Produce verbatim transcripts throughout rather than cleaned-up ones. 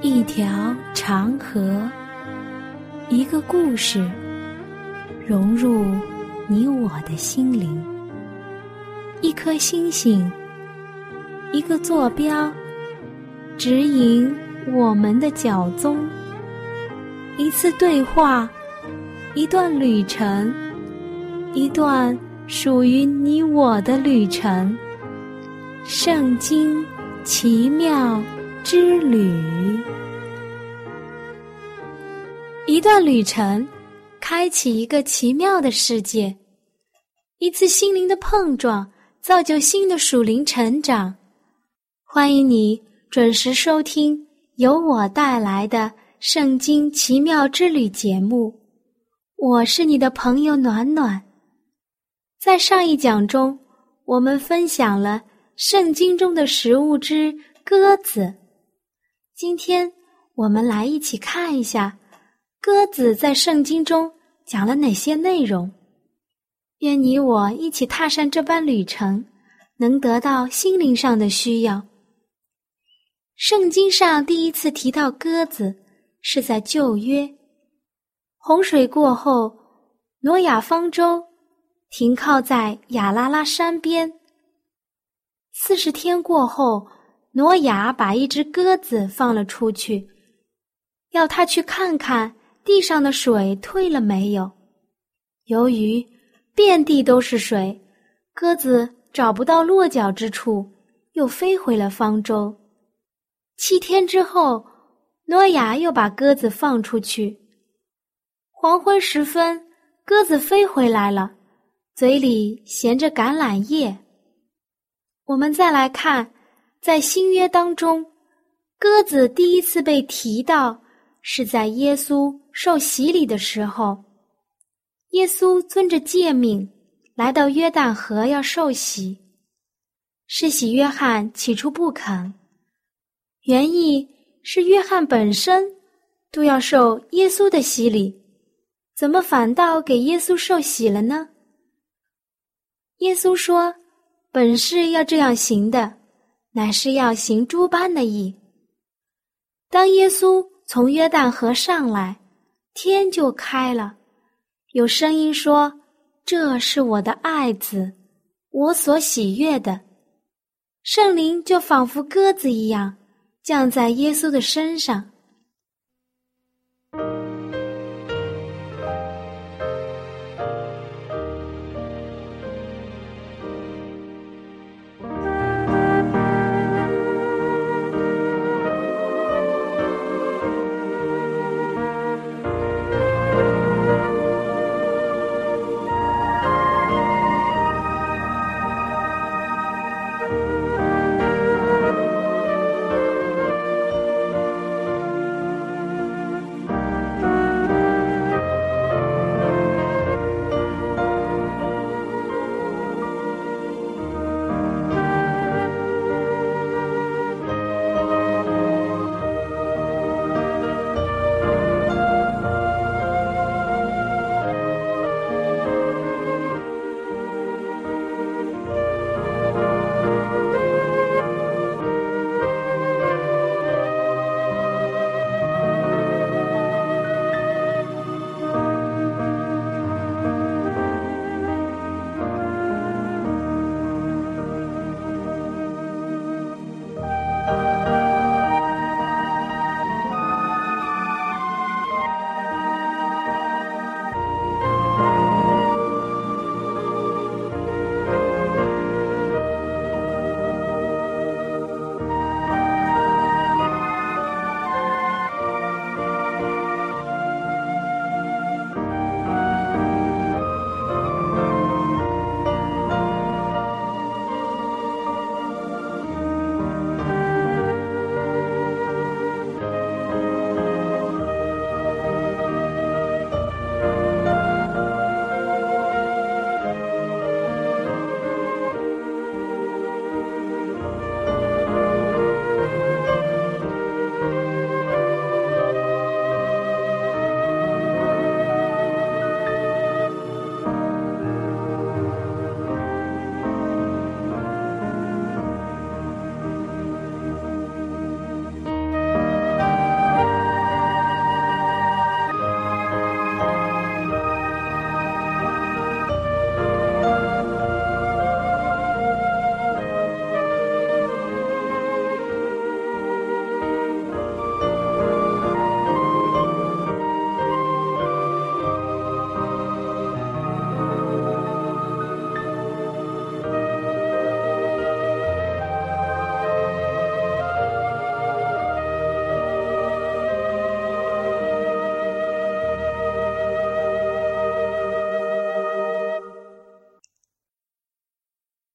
一条长河，一个故事，融入你我的心灵。一颗星星，一个坐标，指引我们的脚踪。一次对话，一段旅程，一段属于你我的旅程。圣经奇妙之旅，一段旅程，开启一个奇妙的世界。一次心灵的碰撞，造就新的属灵成长。欢迎你准时收听由我带来的圣经奇妙之旅节目，我是你的朋友暖暖。在上一讲中，我们分享了圣经中的食物之鸽子。今天我们来一起看一下鸽子在圣经中讲了哪些内容。愿你我一起踏上这般旅程，能得到心灵上的需要。圣经上第一次提到鸽子是在旧约，洪水过后，挪亚方舟停靠在亚拉拉山边。四十天过后，挪亚把一只鸽子放了出去，要他去看看地上的水退了没有。由于遍地都是水，鸽子找不到落脚之处，又飞回了方舟。七天之后，挪亚又把鸽子放出去。黄昏时分，鸽子飞回来了，嘴里衔着橄榄叶。我们再来看，在新约当中，鸽子第一次被提到是在耶稣受洗礼的时候。耶稣遵着诫命来到约旦河要受洗，施洗约翰起初不肯，原意是约翰本身都要受耶稣的洗礼，怎么反倒给耶稣受洗了呢？耶稣说，本是要这样行的，乃是要行诸般的义。当耶稣从约旦河上来，天就开了，有声音说，这是我的爱子，我所喜悦的。圣灵就仿佛鸽子一样降在耶稣的身上。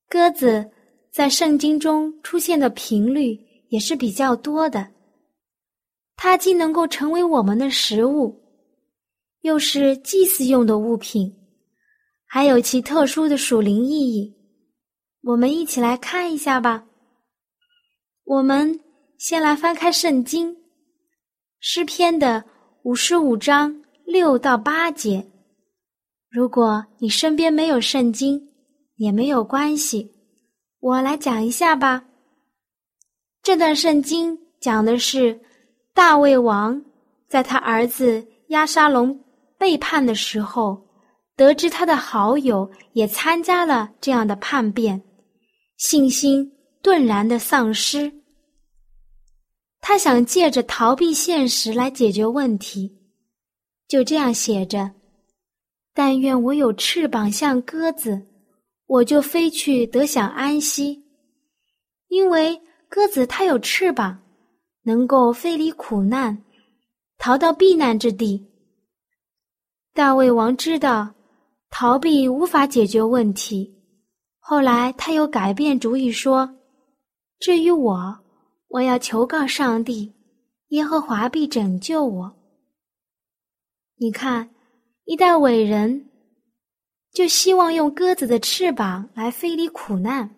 鸽子在圣经中出现的频率也是比较多的，它既能够成为我们的食物，又是祭祀用的物品，还有其特殊的属灵意义。我们一起来看一下吧。我们先来翻开圣经，诗篇的五十五章六到八节。如果你身边没有圣经，也没有关系，我来讲一下吧。这段圣经讲的是大卫王在他儿子押沙龙背叛的时候，得知他的好友也参加了这样的叛变，信心顿然的丧失。他想借着逃避现实来解决问题，就这样写着：但愿我有翅膀像鸽子，我就飞去得享安息。因为鸽子它有翅膀，能够飞离苦难，逃到避难之地。大卫王知道逃避无法解决问题，后来他又改变主意说，至于我，我要求告上帝，耶和华必拯救我。你看，一代伟人就希望用鸽子的翅膀来飞离苦难。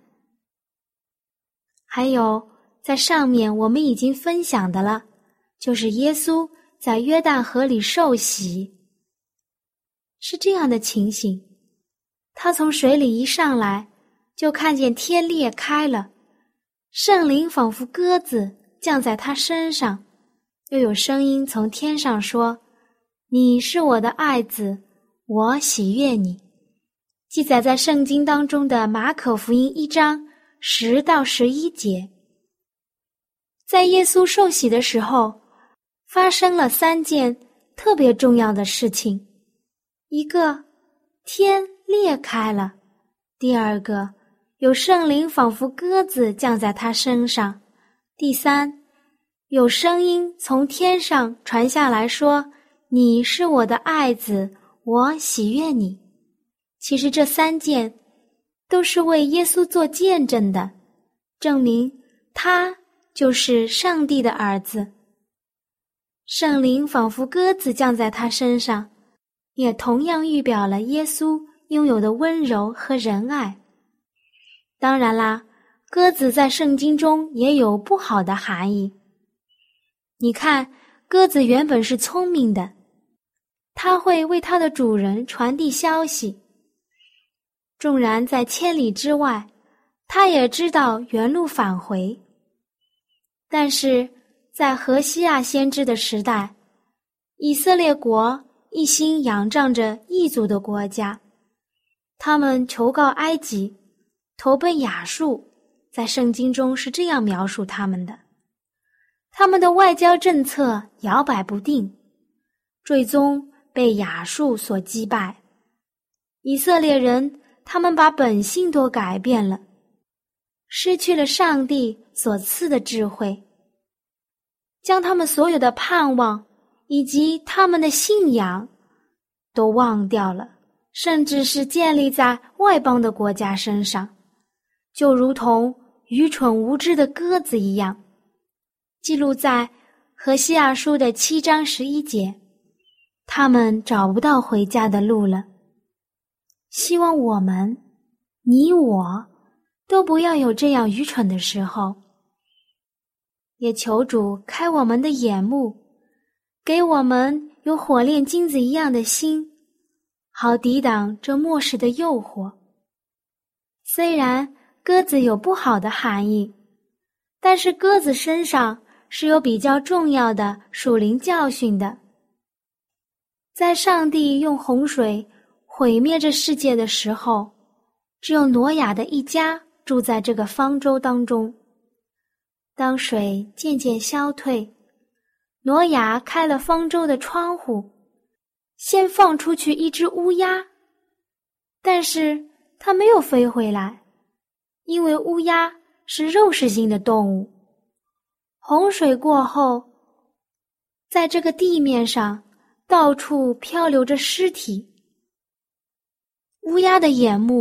还有在上面我们已经分享的了，就是耶稣在约旦河里受洗。是这样的情形，他从水里一上来，就看见天裂开了，圣灵仿佛鸽子降在他身上，又有声音从天上说，你是我的爱子，我喜悦你。记载在圣经当中的马可福音一章十到十一节。在耶稣受洗的时候，发生了三件特别重要的事情。一个，天裂开了；第二个，有圣灵仿佛鸽子降在他身上；第三，有声音从天上传下来说，你是我的爱子，我喜悦你。其实这三件都是为耶稣做见证的，证明他就是上帝的儿子。圣灵仿佛鸽子降在他身上，也同样预表了耶稣拥有的温柔和仁爱。当然啦，鸽子在圣经中也有不好的含义。你看，鸽子原本是聪明的，它会为它的主人传递消息。纵然在千里之外，它也知道原路返回。但是在何西阿先知的时代，以色列国一心仰仗着异族的国家，他们求告埃及，投奔亚述，在圣经中是这样描述他们的。他们的外交政策摇摆不定，最终被亚述所击败。以色列人他们把本性都改变了，失去了上帝所赐的智慧，将他们所有的盼望以及他们的信仰都忘掉了，甚至是建立在外邦的国家身上，就如同愚蠢无知的鸽子一样。记录在何西阿书的七章十一节，他们找不到回家的路了。希望我们，你我，都不要有这样愚蠢的时候。也求主开我们的眼目，给我们有火炼金子一样的心，好抵挡这末世的诱惑。虽然鸽子有不好的含义，但是鸽子身上是有比较重要的属灵教训的。在上帝用洪水毁灭这世界的时候，只有挪亚的一家住在这个方舟当中。当水渐渐消退，挪亚开了方舟的窗户，先放出去一只乌鸦，但是它没有飞回来，因为乌鸦是肉食性的动物。洪水过后，在这个地面上到处漂流着尸体，乌鸦的眼目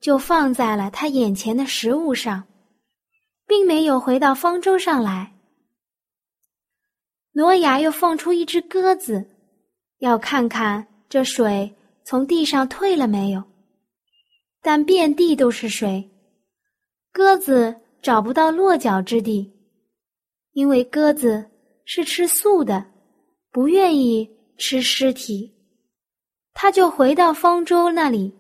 就放在了他眼前的食物上，并没有回到方舟上来。挪亚又放出一只鸽子，要看看这水从地上退了没有，但遍地都是水，鸽子找不到落脚之地，因为鸽子是吃素的，不愿意吃尸体，他就回到方舟那里。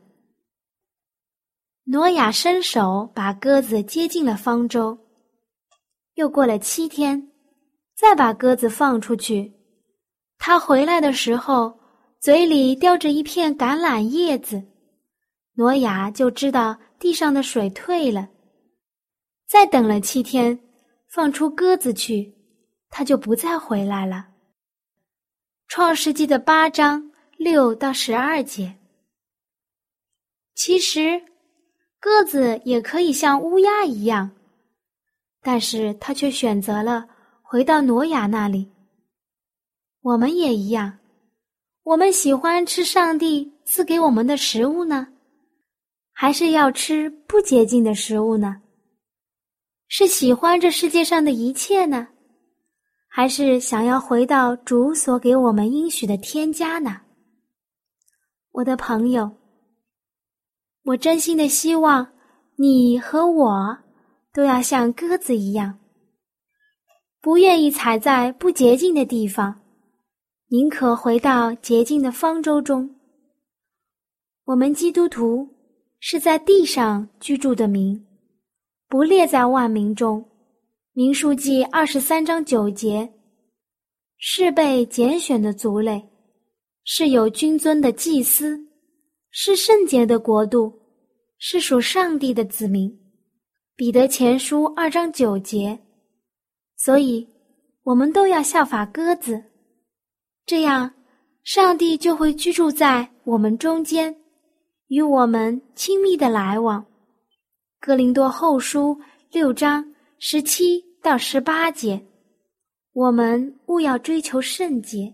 挪亚伸手把鸽子接进了方舟，又过了七天，再把鸽子放出去。他回来的时候，嘴里叼着一片橄榄叶子，挪亚就知道地上的水退了。再等了七天，放出鸽子去，他就不再回来了。创世纪的八章六到十二节。其实鸽子也可以像乌鸦一样，但是他却选择了回到挪亚那里。我们也一样，我们喜欢吃上帝赐给我们的食物呢，还是要吃不洁净的食物呢？是喜欢这世界上的一切呢，还是想要回到主所给我们应许的天家呢？我的朋友，我真心的希望你和我都要像鸽子一样，不愿意踩在不洁净的地方，宁可回到洁净的方舟中。我们基督徒是在地上居住的民，不列在万民中。民数记二十三章九节，是被拣选的族类，是有君尊的祭司，是圣洁的国度，是属上帝的子民。彼得前书二章九节。所以我们都要效法鸽子，这样上帝就会居住在我们中间，与我们亲密的来往。哥林多后书六章十七到十八节，我们务要追求圣洁。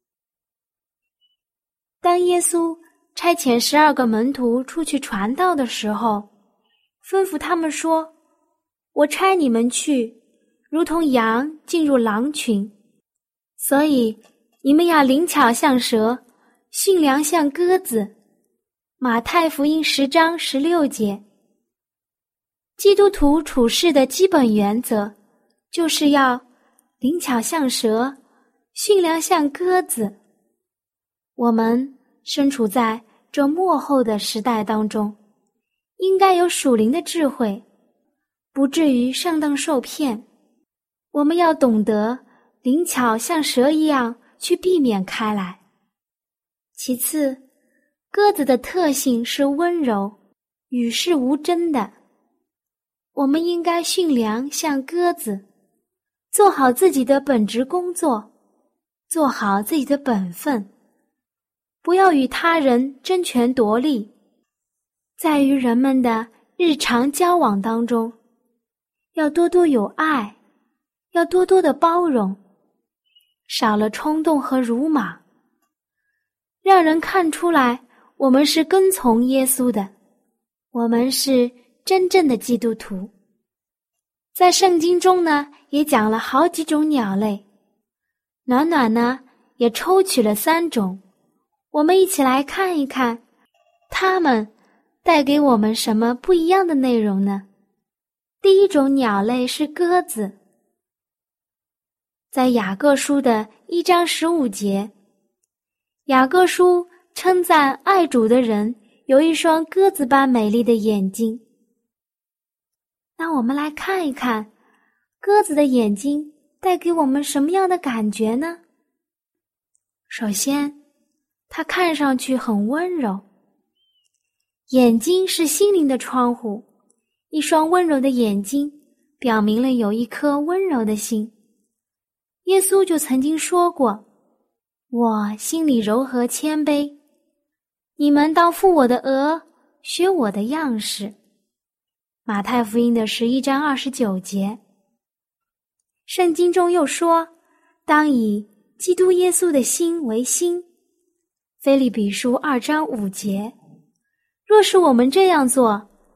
当耶稣差遣十二个门徒出去传道的时候，吩咐他们说：我差你们去，如同羊进入狼群，所以你们要灵巧像蛇，驯良像鸽子。马太福音十章十六节。基督徒处事的基本原则，就是要灵巧像蛇，驯良像鸽子。我们身处在这末后的时代当中，应该有属灵的智慧，不至于上当受骗。我们要懂得灵巧像蛇一样去避免开来。其次，鸽子的特性是温柔，与世无争的。我们应该驯良像鸽子，做好自己的本职工作，做好自己的本分，不要与他人争权夺利。在与人们的日常交往当中，要多多有爱，要多多的包容，少了冲动和鲁莽，让人看出来我们是跟从耶稣的，我们是真正的基督徒。在圣经中呢，也讲了好几种鸟类，暖暖呢也抽取了三种，我们一起来看一看，它们带给我们什么不一样的内容呢？第一种鸟类是鸽子，在雅各书的一章十五节，雅各书称赞爱主的人有一双鸽子般美丽的眼睛。那我们来看一看，鸽子的眼睛带给我们什么样的感觉呢？首先，它看上去很温柔。眼睛是心灵的窗户，一双温柔的眼睛表明了有一颗温柔的心。耶稣就曾经说过，我心里柔和谦卑，你们当负我的额，学我的样式。马太福音的十一章二十九节。圣经中又说，当以基督耶稣的心为心。腓立比书二章五节。若是我们这样做，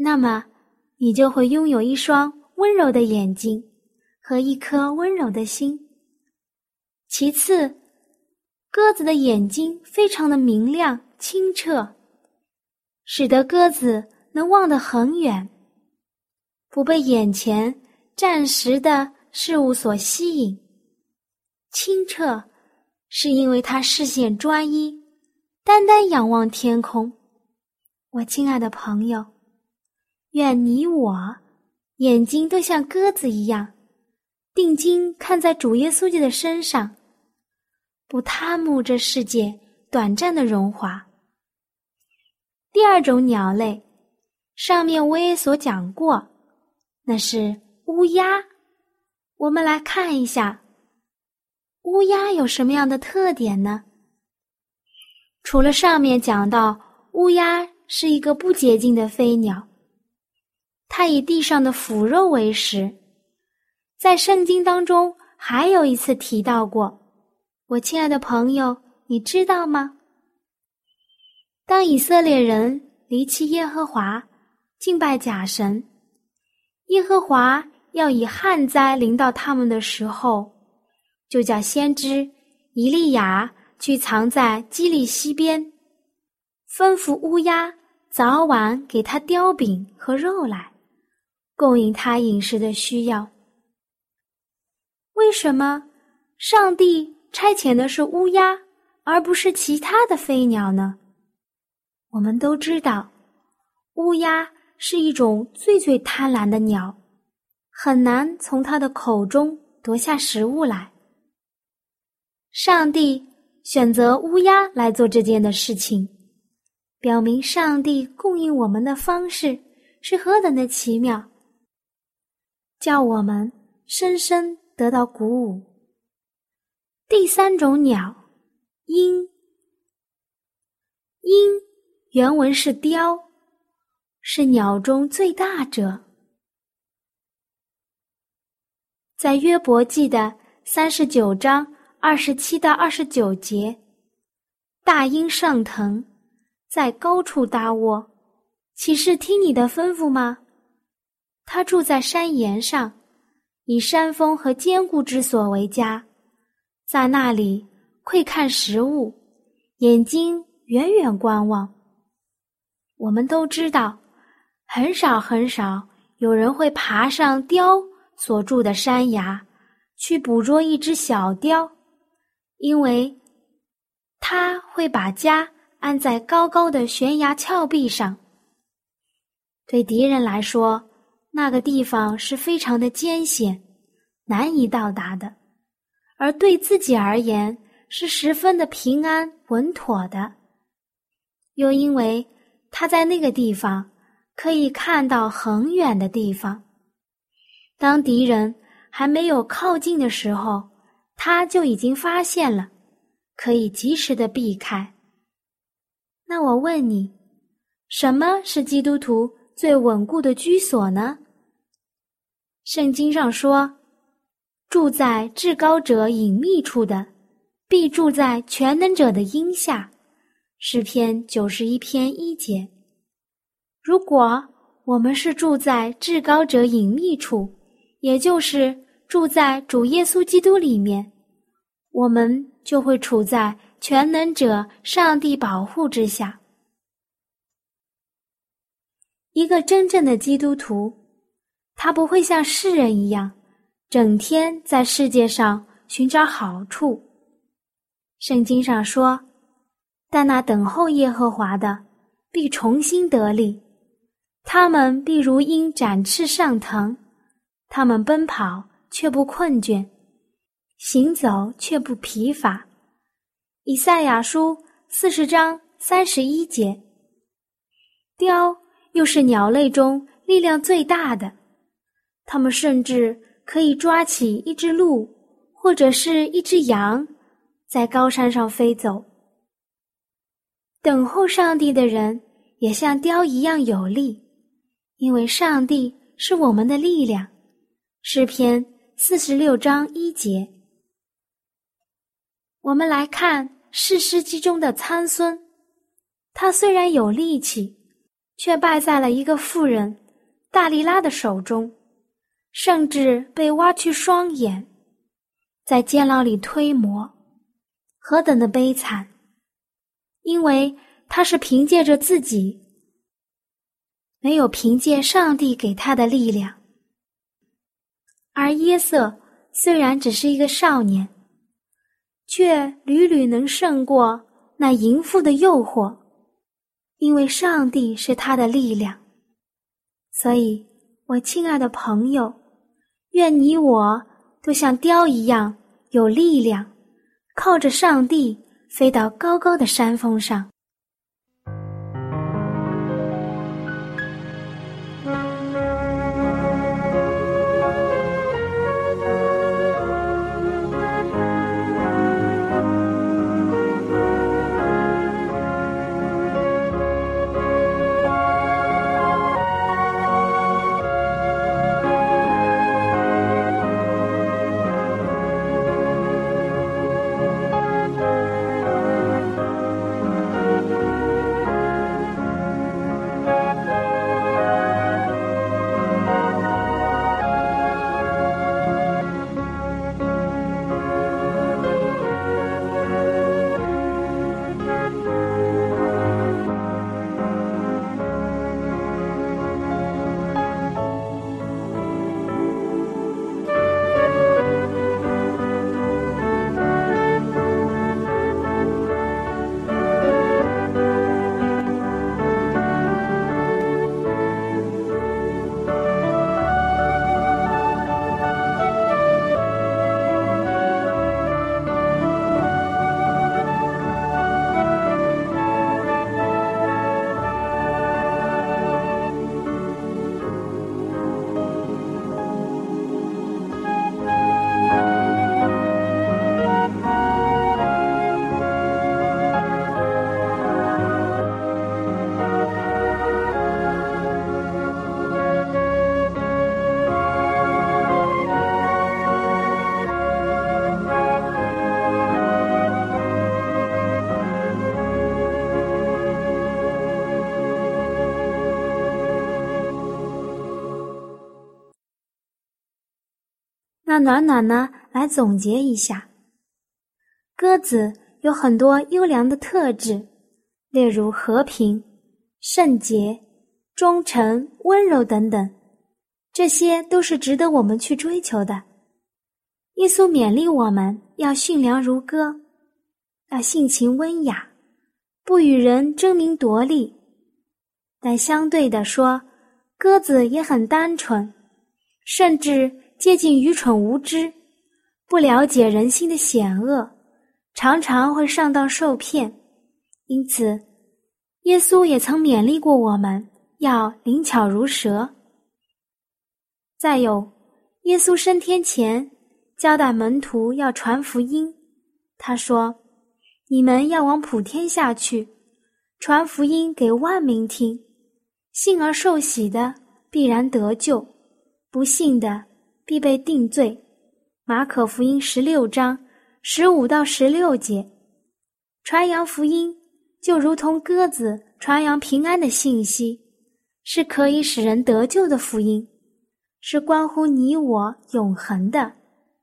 那么你就会拥有一双温柔的眼睛和一颗温柔的心。其次，鸽子的眼睛非常的明亮清澈，使得鸽子能望得很远，不被眼前暂时的事物所吸引。清澈是因为它视线专一，单单仰望天空。我亲爱的朋友，愿你我眼睛都像鸽子一样，定睛看在主耶稣基督的身上，不贪慕这世界短暂的荣华。第二种鸟类，上面我也所讲过，那是乌鸦。我们来看一下，乌鸦有什么样的特点呢？除了上面讲到乌鸦是一个不洁净的飞鸟，它以地上的腐肉为食，在圣经当中还有一次提到过，我亲爱的朋友，你知道吗？当以色列人离弃耶和华，敬拜假神，耶和华要以旱灾临到他们的时候，就叫先知以利亚去藏在基利溪边，吩咐乌鸦早晚给他叼饼和肉来，供应他饮食的需要。为什么上帝差遣的是乌鸦，而不是其他的飞鸟呢？我们都知道，乌鸦是一种最最贪婪的鸟，很难从它的口中夺下食物来。上帝选择乌鸦来做这件的事情，表明上帝供应我们的方式是何等的奇妙，叫我们深深得到鼓舞。第三种鸟，鹰。鹰原文是雕，是鸟中最大者。在约伯记的三十九章二十七到二十九节，大鹰上腾，在高处搭窝，岂是听你的吩咐吗？它住在山岩上，以山峰和坚固之所为家，在那里窥看食物，眼睛远远观望。我们都知道，很少很少有人会爬上雕所住的山崖，去捕捉一只小雕，因为它会把家安在高高的悬崖峭壁上。对敌人来说，那个地方是非常的艰险，难以到达的，而对自己而言是十分的平安稳妥的。又因为他在那个地方可以看到很远的地方，当敌人还没有靠近的时候，他就已经发现了，可以及时的避开。那我问你，什么是基督徒最稳固的居所呢？圣经上说，住在至高者隐秘处的，必住在全能者的荫下。诗篇九十一篇一节。如果我们是住在至高者隐秘处，也就是住在主耶稣基督里面，我们就会处在全能者上帝保护之下。一个真正的基督徒，他不会像世人一样，整天在世界上寻找好处。圣经上说，但那等候耶和华的，必重新得力，他们必如鹰展翅上腾，他们奔跑却不困倦，行走却不疲乏。以赛亚书四十章三十一节。雕又是鸟类中力量最大的，它们甚至可以抓起一只鹿或者是一只羊，在高山上飞走。等候上帝的人也像雕一样有力，因为上帝是我们的力量。诗篇四十六章一节。我们来看士师记中的参孙，他虽然有力气， 却败在了一个妇人大利拉的手中，甚至被挖去双眼，在监牢里推磨，何等的悲惨！因为他是凭借着自己，没有凭借上帝给他的力量。而耶瑟虽然只是一个少年，却屡屡能胜过那淫妇的诱惑，因为上帝是他的力量。所以，我亲爱的朋友，愿你我都像雕一样有力量，靠着上帝飞到高高的山峰上。那暖暖呢，来总结一下。鸽子有很多优良的特质，例如和平、圣洁、忠诚、温柔等等，这些都是值得我们去追求的。耶稣勉励我们要驯良如鸽，要性情温雅，不与人争名夺利。但相对地说，鸽子也很单纯，甚至接近愚蠢无知，不了解人心的险恶，常常会上当受骗。因此，耶稣也曾勉励过我们要灵巧如蛇。再有，耶稣升天前交代门徒要传福音，他说：你们要往普天下去，传福音给万民听，信而受洗的必然得救，不信的必被定罪。马可福音十六章十五到十六节。传扬福音就如同鸽子传扬平安的信息，是可以使人得救的福音，是关乎你我永恒的。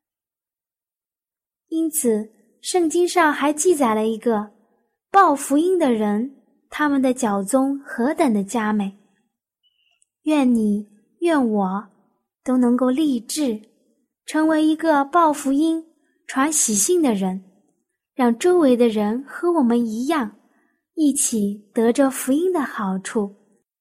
因此，圣经上还记载了一个报福音的人，他们的脚踪何等的佳美。愿你愿我都能够立志成为一个报福音传喜信的人，让周围的人和我们一样，一起得着福音的好处。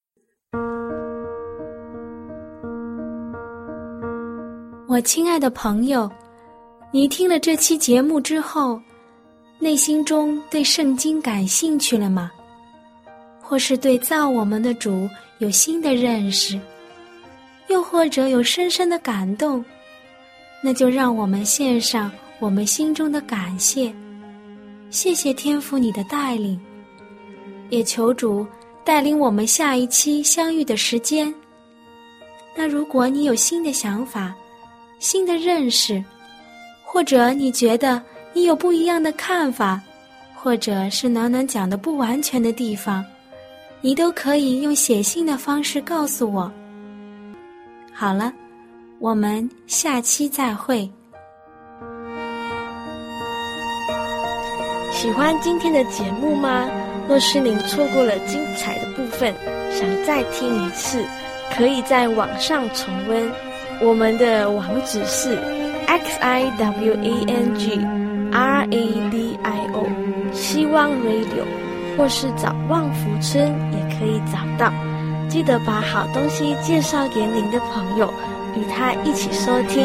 我亲爱的朋友，你听了这期节目之后，内心中对圣经感兴趣了吗？或是对造我们的主有新的认识，又或者有深深的感动，那就让我们献上我们心中的感谢。谢谢天父你的带领，也求主带领我们下一期相遇的时间。那如果你有新的想法、新的认识，或者你觉得你有不一样的看法，或者是暖暖讲的不完全的地方， 你都可以用写信的方式告诉我。好了，我们下期再会。 喜欢今天的节目吗？若是您错过了精彩的部分，想再听一次，可以在网上重温。我们的网址是 x i w a n g r a d i o 希望 radio， 或是找旺福村也可以找到。记得把好东西介绍给您的朋友，与他一起收听。